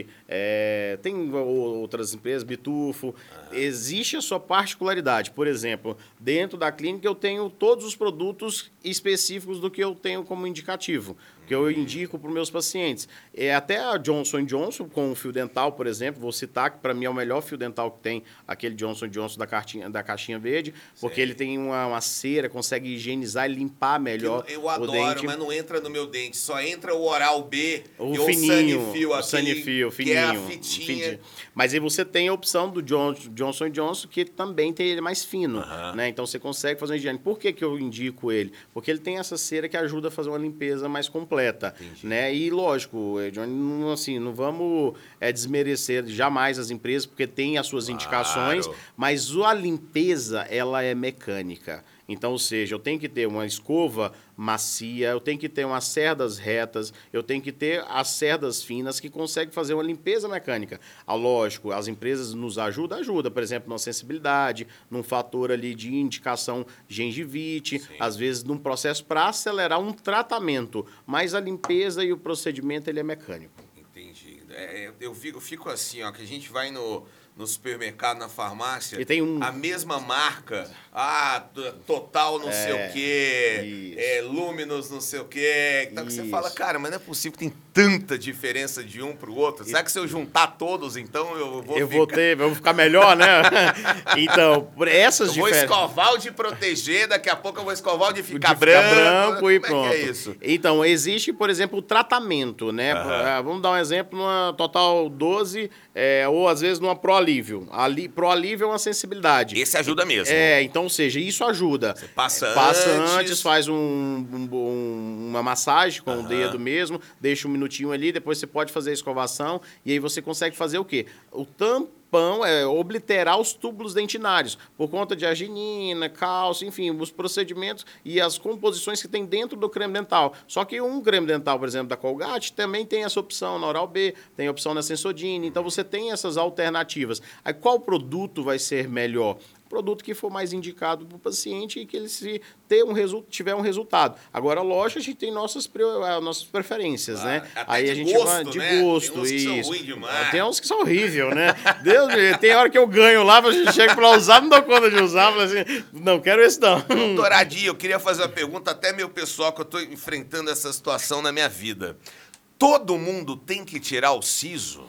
é, tem outras empresas, Bitufo. Ah. Existe a sua particularidade. Por exemplo, dentro da clínica eu tenho todos os produtos específicos do que eu tenho como indicativo, que eu indico para os meus pacientes. É, até a Johnson and Johnson, com o fio dental, por exemplo, vou citar que para mim é o melhor fio dental que tem, aquele Johnson and Johnson da, cartinha, da caixinha verde, porque Sei. ele tem uma, uma cera, consegue higienizar e limpar melhor eu, eu adoro, o dente. Mas não entra no meu dente, só entra o Oral-B o e fininho, o Sunnyfil, o Sunnyfil, fininho, que é a fitinha. fitinha. Mas aí você tem a opção do Johnson, Johnson and Johnson, que também tem ele mais fino, uh-huh. né? Então você consegue fazer uma higiene. Por que, que eu indico ele? Porque ele tem essa cera que ajuda a fazer uma limpeza mais completa. Entendi. Né? E, lógico, Johnny, não, assim, não vamos é, desmerecer jamais as empresas, porque tem as suas claro. indicações, mas a limpeza, ela é mecânica. Então, ou seja, eu tenho que ter uma escova macia, eu tenho que ter umas cerdas retas, eu tenho que ter as cerdas finas que conseguem fazer uma limpeza mecânica. Ah, lógico, as empresas nos ajudam, ajuda, por exemplo, na sensibilidade, num fator ali de indicação gengivite, Sim. às vezes num processo para acelerar um tratamento, mas a limpeza e o procedimento ele é mecânico. Entendi. É, eu, fico, eu fico assim, ó, que a gente vai no... no supermercado, na farmácia, e tem um... a mesma marca, ah, Total não é, sei o quê, é, Luminous não sei o quê, então que você fala, cara, mas não é possível que tem tanta diferença de um para o outro? Será que se eu juntar todos, então eu vou Eu ficar... vou ter, vou ficar melhor, né? Então, por essas eu vou diferenças... escovar o de proteger, daqui a pouco eu vou escovar o de ficar, de branco. ficar branco e Como pronto. É que é isso? Então, existe, por exemplo, o tratamento, né? Aham. Vamos dar um exemplo, numa Total doze, é, ou às vezes numa Pro Alívio. Ali, Pro Alívio é uma sensibilidade. Esse ajuda mesmo. É, então, ou seja, isso ajuda. Você passa, passa antes... antes, faz um, um- um- uma massagem com Aham. o dedo mesmo, deixa um minutinho ali, depois você pode fazer a escovação, e aí você consegue fazer o quê? O tampão é obliterar os túbulos dentinários, por conta de arginina, cálcio, enfim, os procedimentos e as composições que tem dentro do creme dental. Só que um creme dental, por exemplo, da Colgate, também tem essa opção na Oral-B, tem a opção na Sensodyne, então você tem essas alternativas. Aí qual produto vai ser melhor? Produto que for mais indicado para o paciente e que ele se ter um resu tiver um resultado. Agora, lógico, a gente tem nossas, pre nossas preferências, Claro. né? Até Aí de a gente gosto, vai de né? gosto, Tem uns que isso. são ruins demais. Tem uns que são horríveis, né? Deus, me- tem hora que eu ganho lá, mas a gente chega para usar, não dou conta de usar, falo assim, não quero esse não. Doutor Adi, eu queria fazer uma pergunta até meu pessoal, que eu estou enfrentando essa situação na minha vida. Todo mundo tem que tirar o siso?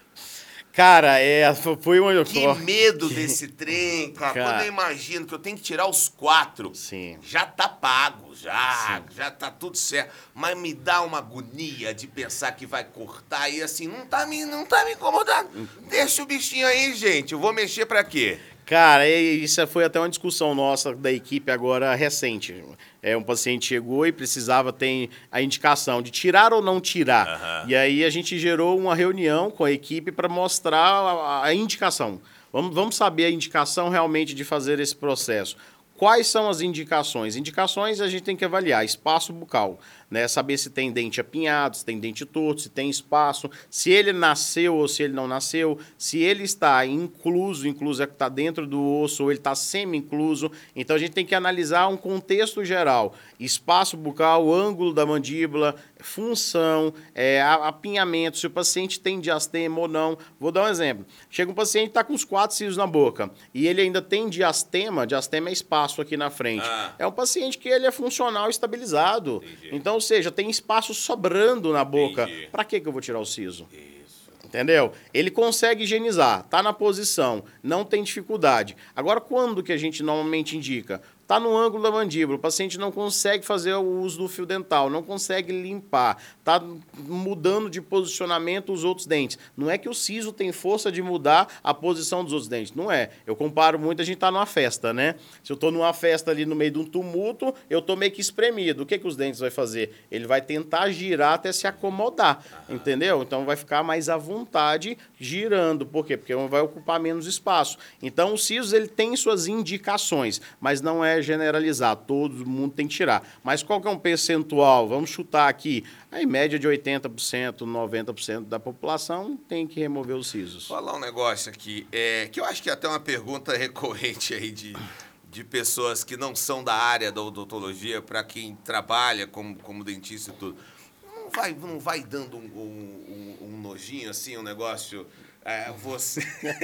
Cara, é, foi uma... Que medo desse trem, cara. Cara. Quando eu imagino que eu tenho que tirar os quatro, Sim. já tá pago, já, Sim. já tá tudo certo. Mas me dá uma agonia de pensar que vai cortar e assim, não tá me, não tá me incomodando. Deixa o bichinho aí, gente. Eu vou mexer pra quê? Cara, e isso foi até uma discussão nossa da equipe agora recente. É, um paciente chegou e precisava ter a indicação de tirar ou não tirar. Aham. E aí a gente gerou uma reunião com a equipe para mostrar a, a indicação. Vamos, vamos saber a indicação realmente de fazer esse processo. Quais são as indicações? Indicações a gente tem que avaliar espaço bucal, né? Saber se tem dente apinhado, se tem dente torto, se tem espaço, se ele nasceu ou se ele não nasceu, se ele está incluso, incluso é que está dentro do osso ou ele está semi-incluso. Então a gente tem que analisar um contexto geral: espaço bucal, ângulo da mandíbula, função, é, apinhamento, se o paciente tem diastema ou não. Vou dar um exemplo. Chega um paciente que está com os quatro cílios na boca e ele ainda tem diastema, diastema é espaço aqui na frente. Ah. É um paciente que ele é funcional estabilizado. Entendi. Então, ou seja, tem espaço sobrando na boca. Entendi. Para que que eu vou tirar o siso? Isso. Entendeu? Ele consegue higienizar, tá na posição, não tem dificuldade. Agora, quando que a gente normalmente indica? Tá no ângulo da mandíbula, o paciente não consegue fazer o uso do fio dental, não consegue limpar, tá mudando de posicionamento os outros dentes. Não é que o siso tem força de mudar a posição dos outros dentes, não é. Eu comparo muito, a gente tá numa festa, né? Se eu tô numa festa ali no meio de um tumulto, eu tô meio que espremido. O que que os dentes vai fazer? Ele vai tentar girar até se acomodar, entendeu? Então vai ficar mais à vontade girando. Por quê? Porque vai ocupar menos espaço. Então o siso ele tem suas indicações, mas não é generalizar, todo mundo tem que tirar. Mas qual que é um percentual? Vamos chutar aqui. A média de oitenta por cento, noventa por cento da população tem que remover os sisos. Vou falar um negócio aqui, é, que eu acho que é até uma pergunta recorrente aí de, de pessoas que não são da área da odontologia, para quem trabalha como, como dentista e tudo. Não vai, não vai dando um, um, um, um nojinho, assim, um negócio... É, você,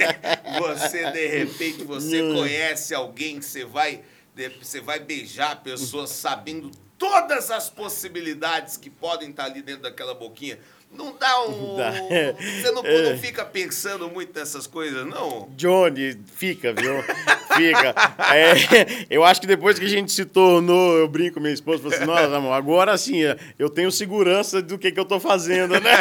você, de repente, você conhece alguém que você vai... Você vai beijar a pessoa sabendo todas as possibilidades que podem estar ali dentro daquela boquinha. Não dá um... Dá. Você não, não fica pensando muito nessas coisas, não? Johnny, fica, viu? Fica. É, eu acho que depois que a gente se tornou, eu brinco com minha esposa, falo assim, nossa, amor, agora sim, eu tenho segurança do que, que eu tô fazendo, né?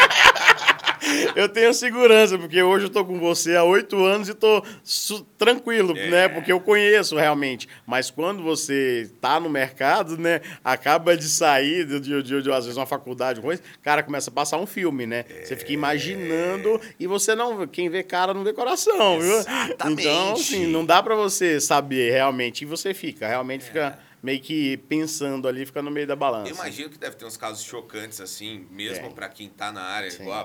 Eu tenho segurança, porque hoje eu tô com você há oito anos e tô tranquilo, É. né? Porque eu conheço realmente. Mas quando você tá no mercado, né? Acaba de sair de, de, de, de às vezes, uma faculdade, coisa, cara, começa a passar um filme, né? É. Você fica imaginando e você não... Quem vê cara não vê coração, viu? Exatamente. Então, assim, não dá pra você saber realmente. E você fica, realmente fica... meio que pensando ali, fica no meio da balança. Eu imagino que deve ter uns casos chocantes, assim, mesmo Tem. para quem tá na área, Sim. igual a, a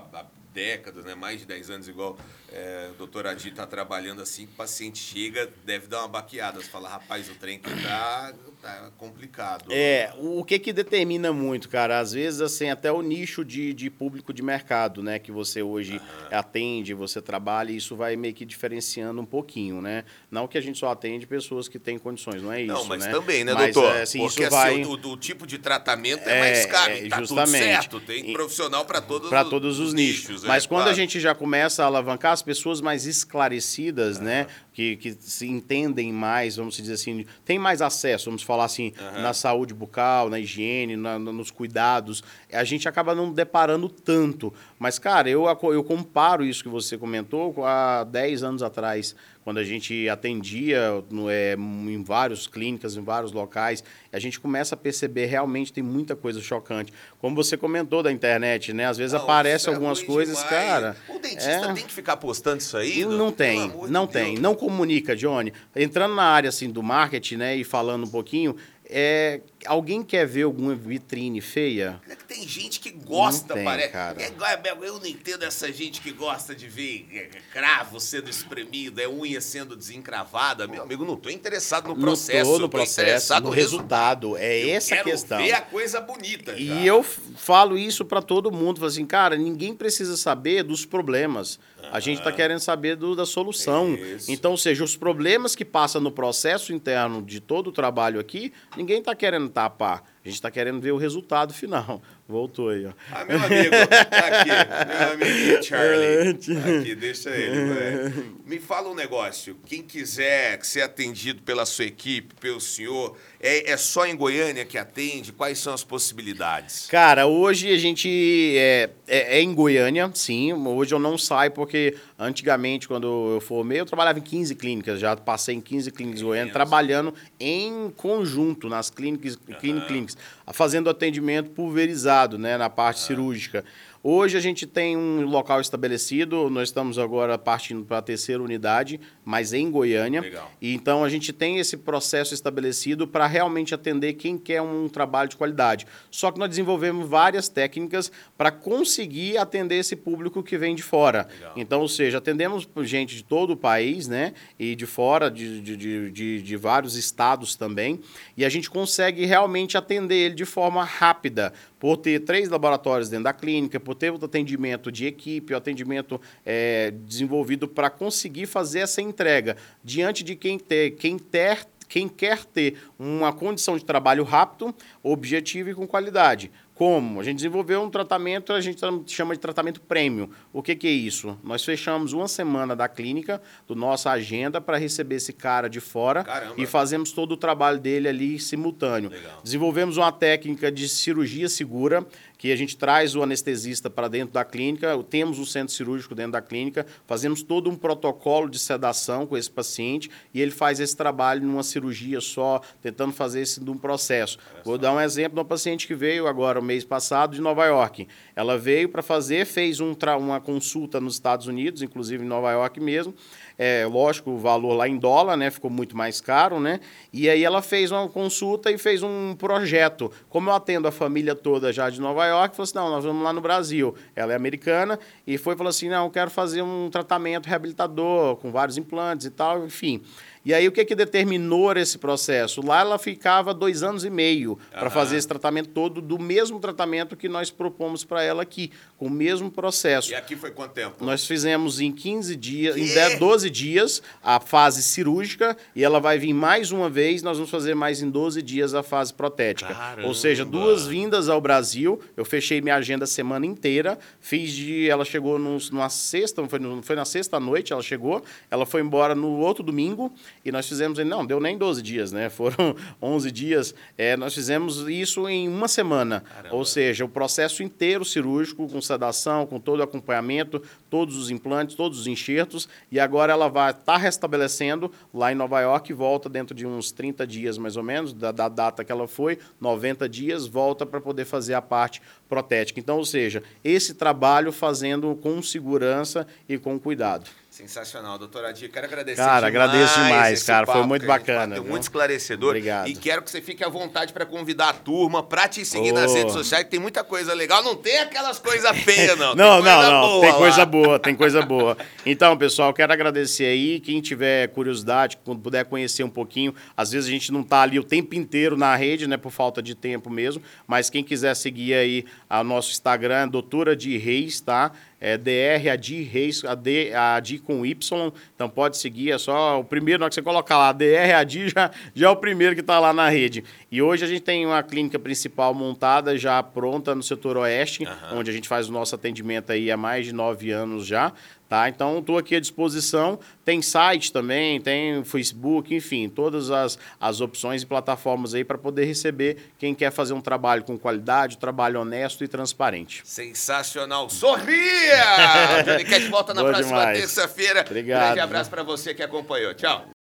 décadas, né? Mais de dez anos, igual é, o doutor Adi está trabalhando assim, que o paciente chega, deve dar uma baqueada. Você fala, rapaz, o trem que tá, tá complicado. É, o que que determina muito, cara? Às vezes, assim, até o nicho de, de público de mercado, né? Que você hoje uhum. atende, você trabalha, e isso vai meio que diferenciando um pouquinho, né? Não que a gente só atende pessoas que têm condições, não é isso, Não, mas né? também, né, mas, doutor? É, assim, Porque isso vai... assim, o, o tipo de tratamento é, é mais caro, é, tá justamente. tudo certo. Tem profissional para todos, pra todos os, os nichos. nichos. Mas é, quando claro. a gente já começa a alavancar as pessoas mais esclarecidas, uhum. né? Que, que se entendem mais, vamos dizer assim, tem mais acesso, vamos falar assim, uhum. na saúde bucal, na higiene, na, nos cuidados, a gente acaba não deparando tanto. Mas, cara, eu, eu comparo isso que você comentou há dez anos atrás, quando a gente atendia no, é, em várias clínicas, em vários locais, a gente começa a perceber realmente tem muita coisa chocante. Como você comentou da internet, né? Às vezes não, aparecem é algumas coisas, demais. Cara... O dentista é... tem que ficar postando isso aí? Não, não tem, não de tem. Deus. Não comunica, Johnny. Entrando na área assim, do marketing, né, e falando um pouquinho, é, alguém quer ver alguma vitrine feia? Tem gente que gosta, tem, parece. Cara. Eu não entendo essa gente que gosta de ver cravo sendo espremido, é unha sendo desencravada. Meu amigo, não estou interessado no processo. No, no processo, no, no resultado. resultado. É eu essa a questão. Ver a coisa bonita. E já. eu falo isso para todo mundo. Falo assim, cara, ninguém precisa saber dos problemas. Ah, a gente está querendo saber do, da solução. Isso. Então, ou seja, os problemas que passam no processo interno de todo o trabalho aqui, ninguém está querendo tapar. A gente está querendo ver o resultado final. Voltou aí, ó. Ah, meu amigo, tá aqui. Meu amiguinho Charlie. Tá aqui, deixa ele, velho. Me fala um negócio. Quem quiser ser atendido pela sua equipe, pelo senhor, é, é só em Goiânia que atende? Quais são as possibilidades? Cara, hoje a gente é, é, é em Goiânia, sim. Hoje eu não saio porque antigamente, quando eu formei, eu trabalhava em quinze clínicas. Já passei em quinze clínicas em Goiânia, trabalhando em conjunto nas clínicas, uhum. clínicas, fazendo atendimento pulverizado, né, na parte uhum. cirúrgica. Hoje a gente tem um local estabelecido, nós estamos agora partindo para a terceira unidade, mas em Goiânia. Legal. E então a gente tem esse processo estabelecido para realmente atender quem quer um trabalho de qualidade. Só que nós desenvolvemos várias técnicas para conseguir atender esse público que vem de fora. Legal. Então, ou seja, atendemos gente de todo o país, né? E de fora, de, de, de, de, de vários estados também. E a gente consegue realmente atender ele de forma rápida, por ter três laboratórios dentro da clínica, por ter o atendimento de equipe, o atendimento é, desenvolvido para conseguir fazer essa entrega diante de quem, ter, quem, ter, quem quer ter uma condição de trabalho rápido, objetivo e com qualidade. Como? A gente desenvolveu um tratamento, a gente chama de tratamento premium. O que, que é isso? Nós fechamos uma semana da clínica, do nossa agenda, para receber esse cara de fora. Caramba. E fazemos todo o trabalho dele ali simultâneo. Legal. Desenvolvemos uma técnica de cirurgia segura, que a gente traz o anestesista para dentro da clínica, temos um centro cirúrgico dentro da clínica, fazemos todo um protocolo de sedação com esse paciente e ele faz esse trabalho numa cirurgia só, tentando fazer esse num processo. Vou dar um exemplo de uma paciente que veio agora, mês passado, de Nova York. Ela veio para fazer, fez um tra uma consulta nos Estados Unidos, inclusive em Nova York mesmo. É, lógico, o valor lá em dólar, né? Ficou muito mais caro, né? E aí ela fez uma consulta e fez um projeto. Como eu atendo a família toda já de Nova York, falou assim, não, nós vamos lá no Brasil. Ela é americana e foi falou assim, não, eu quero fazer um tratamento reabilitador com vários implantes e tal, enfim. E aí, o que que determinou esse processo? Lá ela ficava dois anos e meio para uhum. fazer esse tratamento todo, do mesmo tratamento que nós propomos para ela aqui, com o mesmo processo. E aqui foi quanto tempo? Nós fizemos em quinze dias, que? em dez, doze dias, a fase cirúrgica, e ela vai vir mais uma vez, nós vamos fazer mais em doze dias a fase protética. Caramba. Ou seja, duas vindas ao Brasil, eu fechei minha agenda a semana inteira, fiz de... Ela chegou nos, numa sexta, foi, no, foi na sexta-noite, ela chegou, ela foi embora no outro domingo, e nós fizemos, não, deu nem doze dias, né? Foram onze dias. É, nós fizemos isso em uma semana. Caramba. Ou seja, o processo inteiro cirúrgico, com sedação, com todo o acompanhamento, todos os implantes, todos os enxertos. E agora ela vai estar tá restabelecendo lá em Nova York e volta dentro de uns trinta dias, mais ou menos, da, da data que ela foi, noventa dias, volta para poder fazer a parte protética. Então, ou seja, esse trabalho fazendo com segurança e com cuidado. Sensacional, doutora Adi. Quero agradecer Cara, demais agradeço demais, cara. Foi papo muito que a gente bacana. bateu, viu? muito esclarecedor. Obrigado. E quero que você fique à vontade para convidar a turma para te seguir Oh. nas redes sociais, que tem muita coisa legal. Não tem aquelas coisas feias, não. Não, tem coisa não, não. boa Tem lá. coisa boa, tem coisa boa. Então, pessoal, quero agradecer aí. Quem tiver curiosidade, quando puder conhecer um pouquinho, às vezes a gente não tá ali o tempo inteiro na rede, né, por falta de tempo mesmo, mas quem quiser seguir aí o nosso Instagram, doutora Adi Reis, tá? É D R Adi Reis, a D, a Adi com Y, então pode seguir, é só o primeiro, na hora que você colocar lá, D R Adi, já, já é o primeiro que está lá na rede. E hoje a gente tem uma clínica principal montada, já pronta no setor oeste, uhum. onde a gente faz o nosso atendimento aí há mais de nove anos já, tá? Então, estou aqui à disposição, tem site também, tem Facebook, enfim, todas as, as opções e plataformas aí para poder receber quem quer fazer um trabalho com qualidade, um trabalho honesto e transparente. Sensacional. Sorria! Johnny Cash volta na Boa próxima demais. terça-feira. Obrigado. Grande abraço para você que acompanhou. Tchau.